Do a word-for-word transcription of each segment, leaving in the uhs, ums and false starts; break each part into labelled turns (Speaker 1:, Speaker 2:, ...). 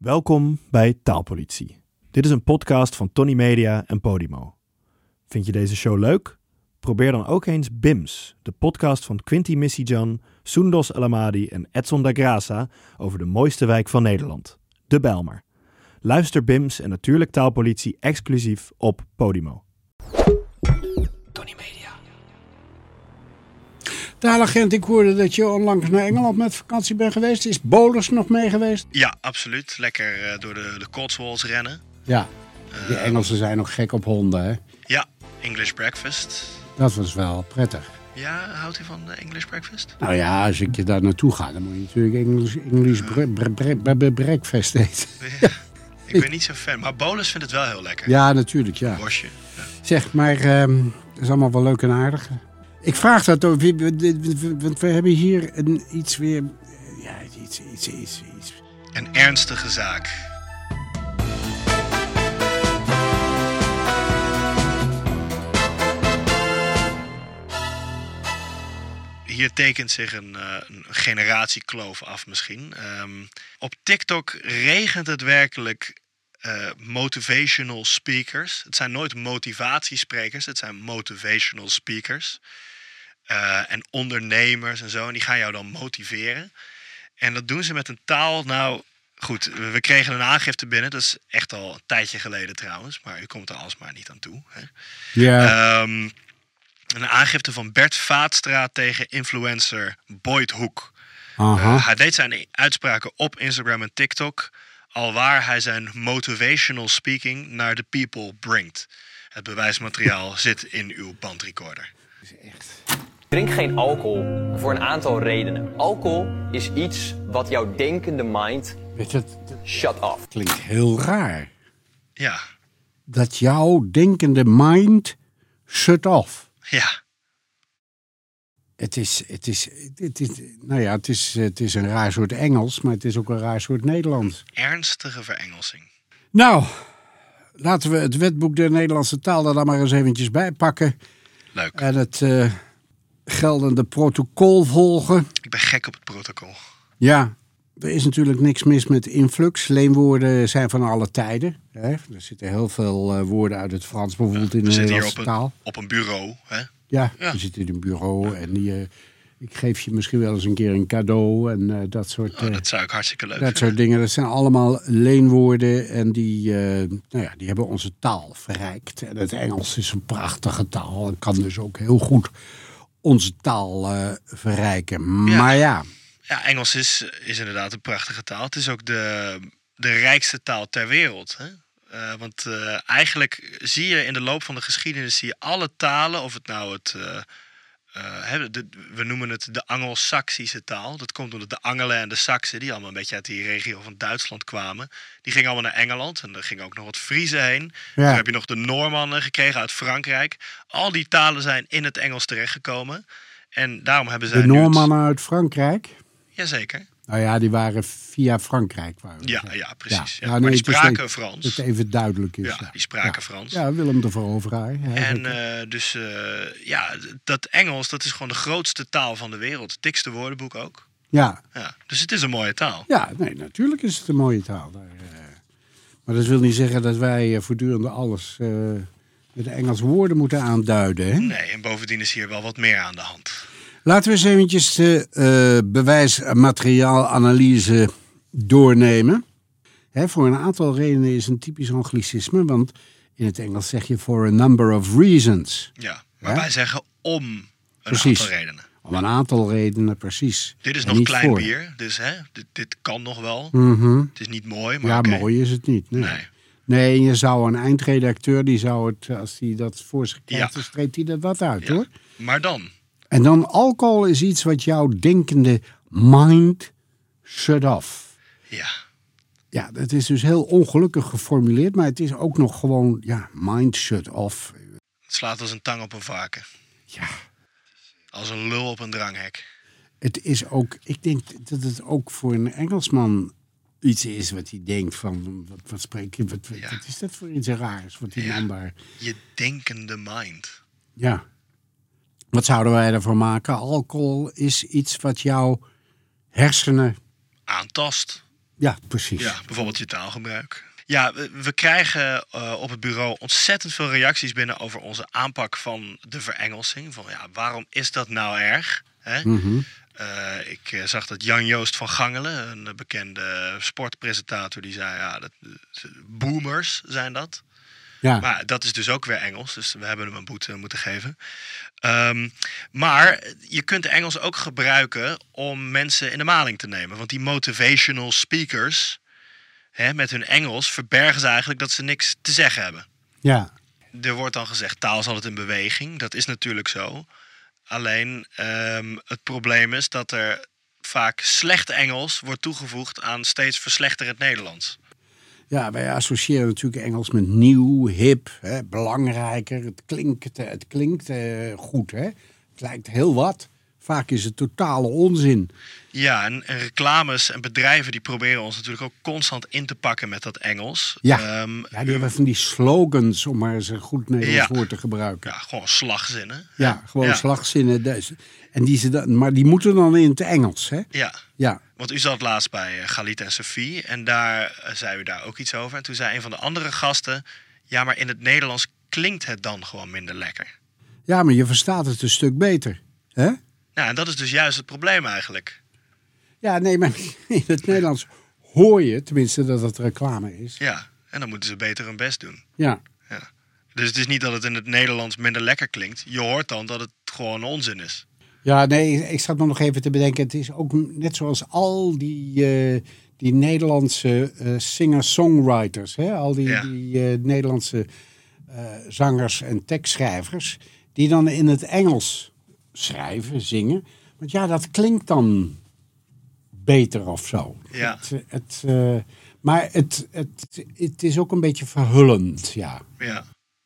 Speaker 1: Welkom bij Taalpolitie. Dit is een podcast van Tony Media en Podimo. Vind je deze show leuk? Probeer dan ook eens B I M S, de podcast van Quinty Missy-Jan, Soendos El Amadi en Edson da Graça over de mooiste wijk van Nederland, de Bijlmer. Luister B I M S en natuurlijk Taalpolitie exclusief op Podimo.
Speaker 2: Tony Media.
Speaker 3: Taalagent, ik hoorde dat je onlangs naar Engeland met vakantie bent geweest. Is Bolers nog mee geweest?
Speaker 2: Ja, absoluut. Lekker uh, door de, de Cotswolds rennen.
Speaker 3: Ja, die uh, Engelsen zijn nog gek op honden, hè?
Speaker 2: Ja, English breakfast.
Speaker 3: Dat was wel prettig.
Speaker 2: Ja, houdt u van de English breakfast?
Speaker 3: Nou ja, als ik je daar naartoe ga, dan moet je natuurlijk English, English uh, bre- bre- bre- bre- bre- breakfast eten.
Speaker 2: Ja, ik ben niet zo fan, maar Bolers vindt het wel heel lekker.
Speaker 3: Ja, natuurlijk, ja.
Speaker 2: Bosje. Ja.
Speaker 3: Zeg, maar um, het is allemaal wel leuk en aardig. Ik vraag dat, want we hebben hier een, iets weer... Ja, iets, iets, iets, iets.
Speaker 2: Een ernstige zaak. Hier tekent zich een, uh, een generatiekloof af misschien. Um, op TikTok regent het werkelijk uh, motivational speakers. Het zijn nooit motivatiesprekers, het zijn motivational speakers. Uh, en ondernemers en zo. En die gaan jou dan motiveren. En dat doen ze met een taal. Nou, goed, we kregen een aangifte binnen. Dat is echt al een tijdje geleden trouwens. Maar u komt er alsmaar niet aan toe. Hè?
Speaker 3: Ja.
Speaker 2: Um, een aangifte van Bert Vaatstra tegen influencer Boyd Hoek. Uh, hij deed zijn uitspraken op Instagram en TikTok. Alwaar hij zijn motivational speaking naar de people brengt. Het bewijsmateriaal zit in uw bandrecorder.
Speaker 3: Dat is echt...
Speaker 4: Drink geen alcohol voor een aantal redenen. Alcohol is iets wat jouw denkende mind...
Speaker 3: Weet je, dat, dat
Speaker 4: shut off.
Speaker 3: Klinkt heel raar.
Speaker 2: Ja.
Speaker 3: Dat jouw denkende mind shut off.
Speaker 2: Ja.
Speaker 3: Het is, het is, het is, nou ja, het is, het is een raar soort Engels, maar het is ook een raar soort Nederlands.
Speaker 2: Ernstige verengelsing.
Speaker 3: Nou, laten we het wetboek der Nederlandse taal er dan maar eens eventjes bij pakken.
Speaker 2: Leuk.
Speaker 3: En het uh, geldende protocol volgen.
Speaker 2: Ik ben gek op het protocol.
Speaker 3: Ja, er is natuurlijk niks mis met influx. Leenwoorden zijn van alle tijden. Hè? Er zitten heel veel uh, woorden uit het Frans bijvoorbeeld ja, in de Nederlandse
Speaker 2: op
Speaker 3: taal.
Speaker 2: Een, op een bureau, hè?
Speaker 3: Ja, ja, we zitten in een bureau ja. en die, uh, ik geef je misschien wel eens een keer een cadeau en uh, dat soort...
Speaker 2: Uh, oh, dat zou ik hartstikke leuk
Speaker 3: Dat
Speaker 2: vinden.
Speaker 3: soort dingen, dat zijn allemaal leenwoorden en die, uh, nou ja, die hebben onze taal verrijkt. En het Engels is een prachtige taal en kan dus ook heel goed onze taal uh, verrijken.
Speaker 2: Ja.
Speaker 3: Maar ja...
Speaker 2: Ja, Engels is, is inderdaad een prachtige taal. Het is ook de, de rijkste taal ter wereld, hè? Uh, want uh, eigenlijk zie je in de loop van de geschiedenis zie je alle talen, of het nou het, uh, uh, he, de, we noemen het de Angelsaksische taal. Dat komt omdat de Angelen en de Saksen, die allemaal een beetje uit die regio van Duitsland kwamen, die gingen allemaal naar Engeland en er gingen ook nog wat Friezen heen. Ja. Dan heb je nog de Noormannen gekregen uit Frankrijk. Al die talen zijn in het Engels terechtgekomen en daarom hebben zij
Speaker 3: de Noormannen het... uit Frankrijk?
Speaker 2: Jazeker.
Speaker 3: Nou ja, die waren via Frankrijk. Waren
Speaker 2: ja, ja, precies. Ja.
Speaker 3: Ja,
Speaker 2: maar
Speaker 3: nee,
Speaker 2: die spraken
Speaker 3: dat
Speaker 2: Frans.
Speaker 3: Dat het even duidelijk is.
Speaker 2: Ja,
Speaker 3: ja.
Speaker 2: die spraken
Speaker 3: ja.
Speaker 2: Frans.
Speaker 3: Ja, Willem de Veroveraar. Ja,
Speaker 2: en uh, dus uh, ja, dat Engels, dat is gewoon de grootste taal van de wereld. Het dikste woordenboek ook.
Speaker 3: Ja.
Speaker 2: ja. Dus het is een mooie taal.
Speaker 3: Ja, nee, natuurlijk is het een mooie taal. Daar, uh, maar dat wil niet zeggen dat wij uh, voortdurend alles uh, met Engelse woorden moeten aanduiden. Hè?
Speaker 2: Nee, en bovendien is hier wel wat meer aan de hand.
Speaker 3: Laten we eens eventjes de uh, bewijsmateriaalanalyse doornemen. Hè, voor een aantal redenen is een typisch anglicisme, want in het Engels zeg je for a number of reasons.
Speaker 2: Ja, maar Hè? wij zeggen om een
Speaker 3: precies.
Speaker 2: aantal redenen.
Speaker 3: Om een aantal redenen, precies.
Speaker 2: Dit is
Speaker 3: en
Speaker 2: nog klein
Speaker 3: voor.
Speaker 2: bier, dus hè, dit, dit kan nog wel.
Speaker 3: Mm-hmm.
Speaker 2: Het is niet mooi, maar
Speaker 3: Ja,
Speaker 2: okay.
Speaker 3: mooi is het niet. Nee.
Speaker 2: nee.
Speaker 3: Nee, je zou een eindredacteur, die zou het, als hij dat voor zich krijgt,
Speaker 2: ja.
Speaker 3: dan streept hij er wat uit,
Speaker 2: ja.
Speaker 3: hoor.
Speaker 2: Maar dan...
Speaker 3: En dan alcohol is iets wat jouw denkende mind shut off.
Speaker 2: Ja.
Speaker 3: Ja, dat is dus heel ongelukkig geformuleerd, maar het is ook nog gewoon, ja, mind shut off.
Speaker 2: Het slaat als een tang op een varken.
Speaker 3: Ja.
Speaker 2: Als een lul op een dranghek.
Speaker 3: Het is ook, ik denk dat het ook voor een Engelsman iets is wat hij denkt van, wat, wat spreek je, wat,
Speaker 2: ja.
Speaker 3: wat is dat voor iets raars, wat die
Speaker 2: ja.
Speaker 3: man daar...
Speaker 2: Je denkende mind.
Speaker 3: Ja. Wat zouden wij ervoor maken? Alcohol is iets wat jouw hersenen...
Speaker 2: Aantast.
Speaker 3: Ja, precies.
Speaker 2: Ja, bijvoorbeeld je taalgebruik. Ja, we, we krijgen uh, op het bureau ontzettend veel reacties binnen over onze aanpak van de verengelsing. Van ja, waarom is dat nou erg? Hè?
Speaker 3: Mm-hmm.
Speaker 2: Uh, ik uh, zag dat Jan-Joost van Gangelen, een bekende sportpresentator, die zei ja, dat, boomers zijn dat.
Speaker 3: Ja.
Speaker 2: Maar dat is dus ook weer Engels, dus we hebben hem een boete moeten geven. Um, maar je kunt Engels ook gebruiken om mensen in de maling te nemen. Want die motivational speakers, hè, met hun Engels, verbergen ze eigenlijk dat ze niks te zeggen hebben.
Speaker 3: Ja.
Speaker 2: Er wordt dan gezegd, taal is altijd in beweging. Dat is natuurlijk zo. Alleen um, het probleem is dat er vaak slecht Engels wordt toegevoegd aan steeds verslechterend Nederlands.
Speaker 3: Ja, wij associëren natuurlijk Engels met nieuw, hip, hè, belangrijker. Het klinkt, het klinkt uh, goed, hè. Het lijkt heel wat. Vaak is het totale onzin.
Speaker 2: Ja, en, en reclames en bedrijven die proberen ons natuurlijk ook constant in te pakken met dat Engels.
Speaker 3: Ja,
Speaker 2: um,
Speaker 3: ja die hebben van die slogans, om maar eens een goed Nederlands
Speaker 2: ja.
Speaker 3: woord te gebruiken.
Speaker 2: Ja, gewoon slagzinnen.
Speaker 3: Ja, gewoon
Speaker 2: ja.
Speaker 3: slagzinnen. En die ze dan, maar die moeten dan in het Engels, hè?
Speaker 2: Ja.
Speaker 3: Ja.
Speaker 2: Want u zat laatst bij uh, Galit en Sophie en daar uh, zei u daar ook iets over. En toen zei een van de andere gasten, ja, maar in het Nederlands klinkt het dan gewoon minder lekker.
Speaker 3: Ja, maar je verstaat het een stuk beter, hè?
Speaker 2: Nou, en dat is dus juist het probleem eigenlijk.
Speaker 3: Ja, nee, maar in het Nederlands hoor je tenminste dat het reclame is.
Speaker 2: Ja, en dan moeten ze beter hun best doen.
Speaker 3: Ja.
Speaker 2: Ja. Dus het is niet dat het in het Nederlands minder lekker klinkt. Je hoort dan dat het gewoon onzin is.
Speaker 3: Ja, nee, ik zat me nog even te bedenken. Het is ook net zoals al die, uh, die Nederlandse uh, singer-songwriters. Hè? Al die,
Speaker 2: Ja.
Speaker 3: die uh, Nederlandse uh, zangers en tekstschrijvers. Die dan in het Engels schrijven, zingen. Want ja, dat klinkt dan beter of zo.
Speaker 2: Ja.
Speaker 3: Het, het, uh, maar het, het, het is ook een beetje verhullend, ja.
Speaker 2: Ja.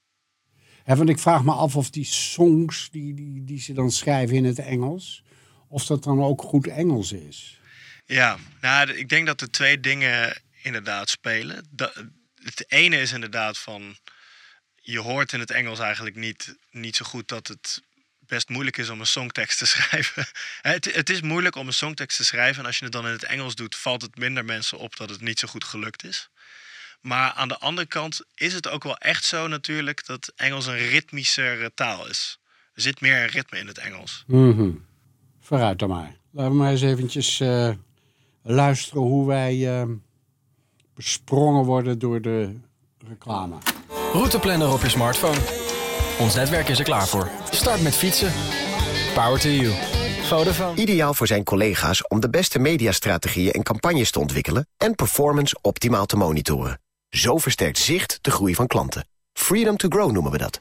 Speaker 3: Ja, want ik vraag me af of die songs die, die, die ze dan schrijven in het Engels, of dat dan ook goed Engels is.
Speaker 2: Ja, nou, ik denk dat er twee dingen inderdaad spelen. Dat, het ene is inderdaad van, je hoort in het Engels eigenlijk niet, niet zo goed dat het best moeilijk is om een songtekst te schrijven. Het, het is moeilijk om een songtekst te schrijven en als je het dan in het Engels doet, valt het minder mensen op dat het niet zo goed gelukt is. Maar aan de andere kant is het ook wel echt zo natuurlijk dat Engels een ritmischer taal is. Er zit meer ritme in het Engels.
Speaker 3: Mm-hmm. Vooruit dan maar. Laten we maar eens eventjes uh, luisteren hoe wij uh, besprongen worden door de reclame.
Speaker 5: Routeplanner op je smartphone. Ons netwerk is er klaar voor. Start met fietsen. Power to you. Vodafone.
Speaker 6: Ideaal voor zijn collega's om de beste mediastrategieën en campagnes te ontwikkelen en performance optimaal te monitoren. Zo versterkt Zicht de groei van klanten. Freedom to grow noemen we dat.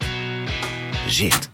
Speaker 6: Zicht.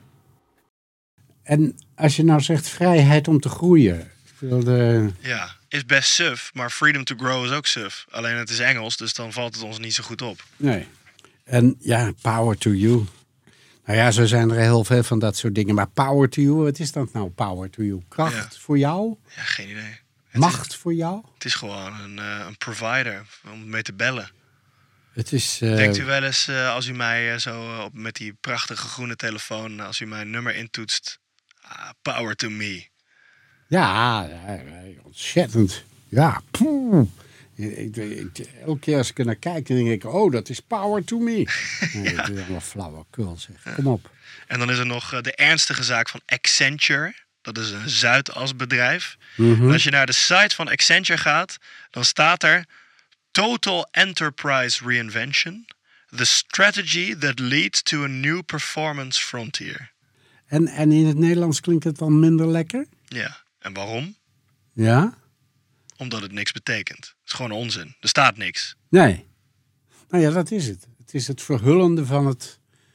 Speaker 3: En als je nou zegt vrijheid om te groeien. Ik wilde...
Speaker 2: Ja, is best suf, maar freedom to grow is ook suf. Alleen het is Engels, dus dan valt het ons niet zo goed op.
Speaker 3: Nee. En ja, power to you. Nou ja, zo zijn er heel veel van dat soort dingen. Maar power to you, wat is dat nou, power to you? Kracht
Speaker 2: Ja.
Speaker 3: voor jou?
Speaker 2: Ja, geen idee. Het
Speaker 3: Macht
Speaker 2: is,
Speaker 3: voor jou?
Speaker 2: het is gewoon een, uh, een provider om mee te bellen.
Speaker 3: Het is... Uh...
Speaker 2: Denkt u wel eens, uh, als u mij uh, zo uh, op, met die prachtige groene telefoon, als u mijn nummer intoetst, ah, power to me.
Speaker 3: Ja, ja, ontzettend. Ja, poeh. Ik, ik, ik, elke keer als ik er naar kijk, dan denk ik, oh, dat is power to me. Nee, dat is allemaal flauwekul, zeg. Kom op.
Speaker 2: En dan is er nog uh, de ernstige zaak van Accenture. Dat is een Zuidasbedrijf.
Speaker 3: Mm-hmm.
Speaker 2: En als je naar de site van Accenture gaat, dan staat er Total Enterprise Reinvention. The strategy that leads to a new performance frontier.
Speaker 3: En, en in het Nederlands klinkt het dan minder lekker?
Speaker 2: Ja, en waarom?
Speaker 3: Ja?
Speaker 2: Omdat het niks betekent. Het is gewoon onzin. Er staat niks.
Speaker 3: Nee. Nou ja, dat is het. Het is het verhullende van het...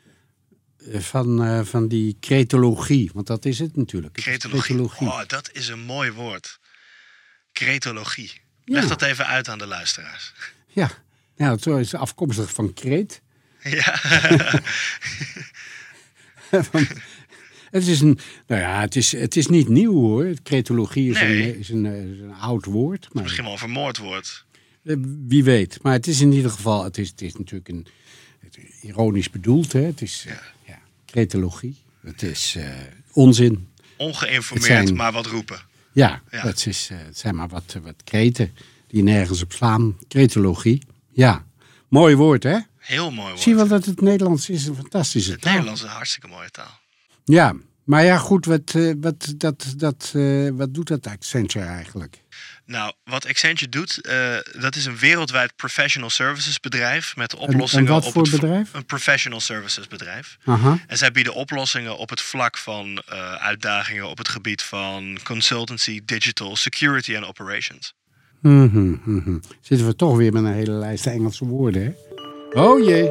Speaker 3: Van, uh, van die cretologie. Want dat is het natuurlijk. Het
Speaker 2: Cretologie.
Speaker 3: cretologie.
Speaker 2: Oh, dat is een mooi woord. Cretologie.
Speaker 3: Ja.
Speaker 2: Leg dat even uit aan de luisteraars.
Speaker 3: Ja, ja, het is afkomstig van kreet.
Speaker 2: Ja.
Speaker 3: Het is een, nou ja, het is, het is niet nieuw hoor. Cretologie is,
Speaker 2: Nee.
Speaker 3: een, is, een, is een oud woord. Maar
Speaker 2: Misschien wel een vermoord woord.
Speaker 3: wie weet. Maar het is in ieder geval, het is, het is natuurlijk een, het is ironisch bedoeld. Hè? Het is ja. Ja, cretologie. Het is uh, onzin.
Speaker 2: Ongeïnformeerd,
Speaker 3: Het zijn-
Speaker 2: maar wat roepen.
Speaker 3: Ja,
Speaker 2: Ja.
Speaker 3: Het, is, uh, het zijn maar wat, wat kreten die nergens op slaan. Cretologie. Ja, mooi woord hè?
Speaker 2: Heel mooi woord.
Speaker 3: Zie je wel dat het Nederlands is een fantastische
Speaker 2: Het
Speaker 3: taal.
Speaker 2: Nederlands is een hartstikke mooie taal.
Speaker 3: Ja, maar ja goed, wat, uh, wat, dat, dat, uh, wat doet dat Accenture eigenlijk?
Speaker 2: Nou, wat Accenture doet, uh, dat is een wereldwijd professional services bedrijf met oplossingen
Speaker 3: en wat
Speaker 2: op
Speaker 3: voor
Speaker 2: het
Speaker 3: bedrijf?
Speaker 2: Een professional services bedrijf.
Speaker 3: Aha.
Speaker 2: En zij bieden oplossingen op het vlak van uh, uitdagingen op het gebied van consultancy, digital, security en operations.
Speaker 3: Mm-hmm, mm-hmm. Zitten we toch weer met een hele lijst Engelse woorden, hè? Oh jee.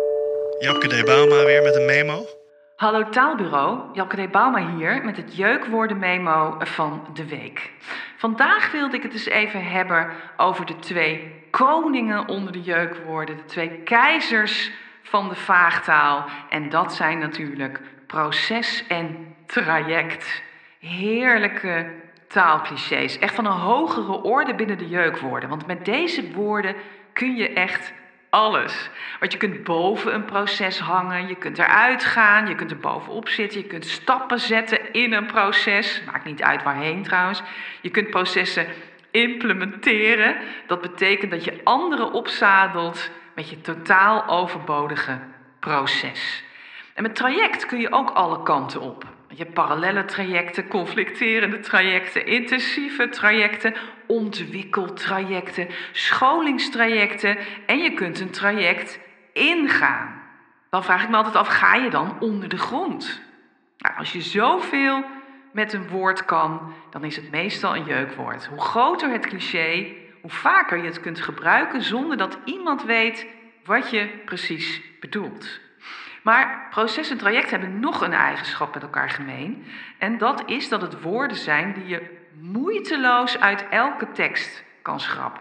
Speaker 2: Japke D. Bauma weer met een memo.
Speaker 7: Hallo Taalbureau, Japke D. Bauma hier met het jeukwoorden-memo van de week. Vandaag wilde ik het dus even hebben over de twee koningen onder de jeukwoorden. De twee keizers van de vaagtaal. En dat zijn natuurlijk proces en traject. Heerlijke taalclichés. Echt van een hogere orde binnen de jeukwoorden. Want met deze woorden kun je echt alles. Want je kunt boven een proces hangen, je kunt eruit gaan, je kunt er bovenop zitten, je kunt stappen zetten in een proces. Maakt niet uit waarheen trouwens. Je kunt processen implementeren. Dat betekent dat je anderen opzadelt met je totaal overbodige proces. En met traject kun je ook alle kanten op. Je hebt parallelle trajecten, conflicterende trajecten, intensieve trajecten, ontwikkeltrajecten, scholingstrajecten en je kunt een traject ingaan. Dan vraag ik me altijd af, ga je dan onder de grond? Nou, als je zoveel met een woord kan, dan is het meestal een jeukwoord. Hoe groter het cliché, hoe vaker je het kunt gebruiken zonder dat iemand weet wat je precies bedoelt. Maar proces en traject hebben nog een eigenschap met elkaar gemeen. En dat is dat het woorden zijn die je moeiteloos uit elke tekst kan schrappen.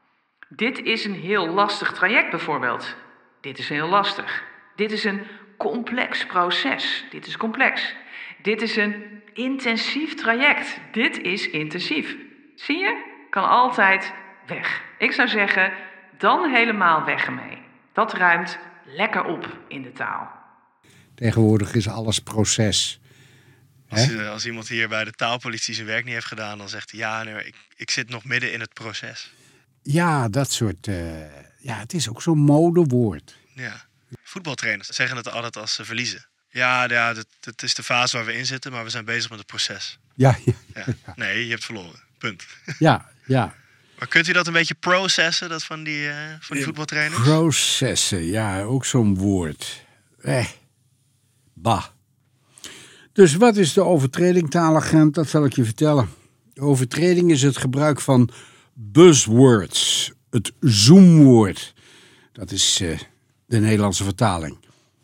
Speaker 7: Dit is een heel lastig traject bijvoorbeeld. Dit is heel lastig. Dit is een complex proces. Dit is complex. Dit is een intensief traject. Dit is intensief. Zie je? Kan altijd weg. Ik zou zeggen, dan helemaal weg ermee. Dat ruimt lekker op in de taal.
Speaker 3: Tegenwoordig is alles proces.
Speaker 2: Als, uh, als iemand hier bij de taalpolitie zijn werk niet heeft gedaan, dan zegt hij, ja, nee, ik, ik zit nog midden in het proces.
Speaker 3: Ja, dat soort... Uh, ja, het is ook zo'n modewoord.
Speaker 2: Ja. Voetbaltrainers zeggen het altijd als ze verliezen. Ja, ja dat, dat is de fase waar we in zitten, maar we zijn bezig met het proces.
Speaker 3: Ja, ja,
Speaker 2: ja.
Speaker 3: ja.
Speaker 2: Nee, je hebt verloren. Punt.
Speaker 3: Ja, ja.
Speaker 2: Maar kunt u dat een beetje processen, dat van die, uh, van die voetbaltrainers?
Speaker 3: Processen, ja, ook zo'n woord. Eh, bah. Dus wat is de overtreding, taalagent? Dat zal ik je vertellen. De overtreding is het gebruik van buzzwords. Het zoomwoord. Dat is uh, de Nederlandse vertaling.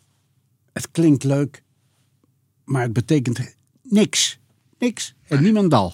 Speaker 3: Het klinkt leuk, maar het betekent niks. Niks en niemandal.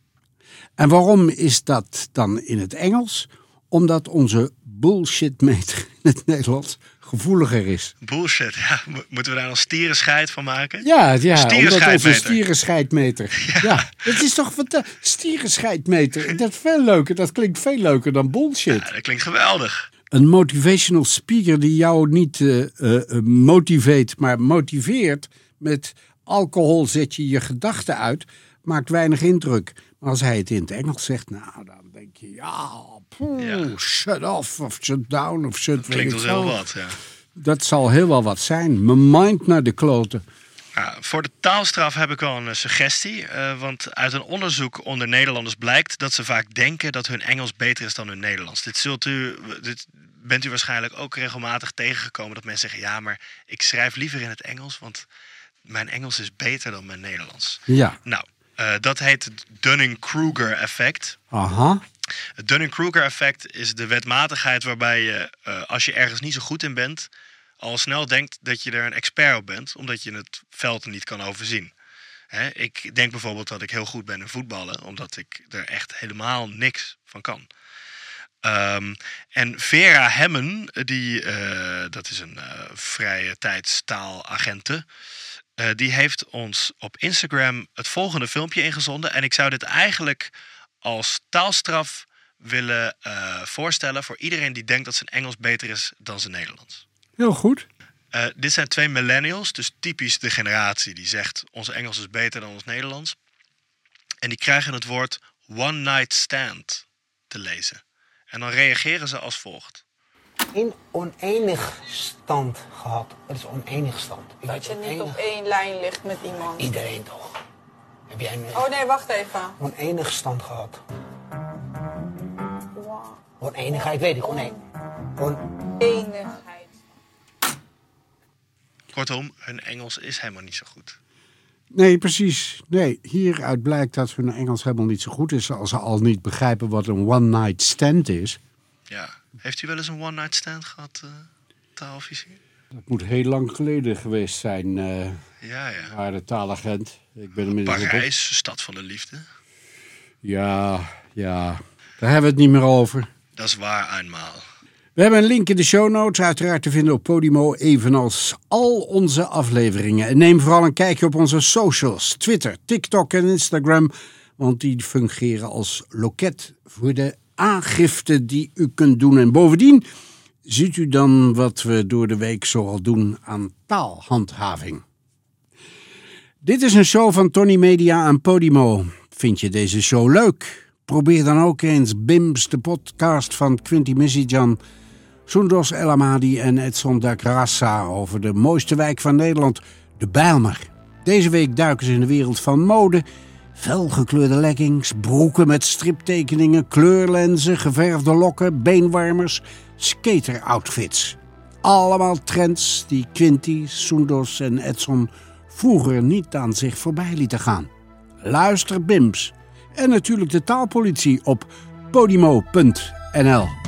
Speaker 3: En waarom is dat dan in het Engels? Omdat onze bullshitmeter in het Nederlands gevoeliger is.
Speaker 2: Bullshit, ja. Moeten we daar een stierenscheid van maken?
Speaker 3: Ja, ja, omdat onze
Speaker 2: stierenscheidmeter.
Speaker 3: stierenscheidmeter. Ja. ja, dat is toch fantastisch. Stierenscheidmeter, dat is veel leuker. Dat klinkt veel leuker dan bullshit.
Speaker 2: Ja, dat klinkt geweldig.
Speaker 3: Een motivational speaker die jou niet uh, uh, motiveert, maar motiveert met alcohol zet je je gedachten uit, maakt weinig indruk. Maar als hij het in het Engels zegt, nou, dan denk je, ja, poeh, ja. shut off of shut down of shut...
Speaker 2: Klinkt als heel wat, ja.
Speaker 3: Dat zal heel wel wat zijn. Mijn mind naar de kloten.
Speaker 2: Ja, voor de taalstraf heb ik wel een suggestie. Uh, want uit een onderzoek onder Nederlanders blijkt dat ze vaak denken dat hun Engels beter is dan hun Nederlands. Dit zult u, dit bent u waarschijnlijk ook regelmatig tegengekomen dat mensen zeggen, ja, maar ik schrijf liever in het Engels, want mijn Engels is beter dan mijn Nederlands.
Speaker 3: Ja.
Speaker 2: Nou, uh, dat heet het Dunning-Kruger effect.
Speaker 3: Aha.
Speaker 2: Het Dunning-Kruger effect is de wetmatigheid waarbij je, uh, als je ergens niet zo goed in bent, al snel denkt dat je er een expert op bent, omdat je het veld niet kan overzien. Hè, ik denk bijvoorbeeld dat ik heel goed ben in voetballen, omdat ik er echt helemaal niks van kan. Um, en Vera Hemmen, die, uh, dat is een uh, vrije tijdstaalagente, uh, die heeft ons op Instagram het volgende filmpje ingezonden. En ik zou dit eigenlijk als taalstraf willen uh, voorstellen voor iedereen die denkt dat zijn Engels beter is dan zijn Nederlands.
Speaker 3: Heel goed.
Speaker 2: Uh, dit zijn twee millennials, dus typisch de generatie die zegt onze Engels is beter dan ons Nederlands. En die krijgen het woord one night stand te lezen. En dan reageren ze als volgt.
Speaker 8: In oneindig stand gehad. Wat is oneindig stand? Ik
Speaker 9: Dat je niet
Speaker 8: oneindig...
Speaker 9: op één lijn ligt met iemand.
Speaker 8: Iedereen toch? Heb jij een
Speaker 9: Oh nee, wacht even.
Speaker 8: oneindig stand gehad?
Speaker 9: Wow.
Speaker 8: Oneindigheid weet ik, onein. On...
Speaker 9: Enigheid.
Speaker 2: Kortom, hun Engels is helemaal niet zo goed.
Speaker 3: Nee, precies. Nee, hieruit blijkt dat hun Engels helemaal niet zo goed is als ze al niet begrijpen wat een one-night stand is.
Speaker 2: Ja. Heeft u wel eens een one-night stand gehad, uh, taalofficier?
Speaker 3: Dat moet heel lang geleden geweest zijn, uh,
Speaker 2: Ja, ja.
Speaker 3: waarde taalagent. Ik ben inmiddels
Speaker 2: Parijs, stad van de liefde.
Speaker 3: Ja, ja. Daar hebben we het niet meer over.
Speaker 2: Dat is waar eenmaal.
Speaker 3: We hebben een link in de show notes, uiteraard te vinden op Podimo, evenals al onze afleveringen. En neem vooral een kijkje op onze socials, Twitter, TikTok en Instagram, want die fungeren als loket voor de aangifte die u kunt doen. En bovendien ziet u dan wat we door de week zoal doen aan taalhandhaving. Dit is een show van Tony Media en Podimo. Vind je deze show leuk? Probeer dan ook eens Bims, de podcast van Quinty Missy-Jan, Soendos El Amadi en Edson da Graça over de mooiste wijk van Nederland, de Bijlmer. Deze week duiken ze in de wereld van mode. Felgekleurde leggings, broeken met striptekeningen, kleurlenzen, geverfde lokken, beenwarmers, skateroutfits. Allemaal trends die Quinty, Soendos en Edson vroeger niet aan zich voorbij lieten gaan. Luister Bims en natuurlijk de taalpolitie op podimo punt n l.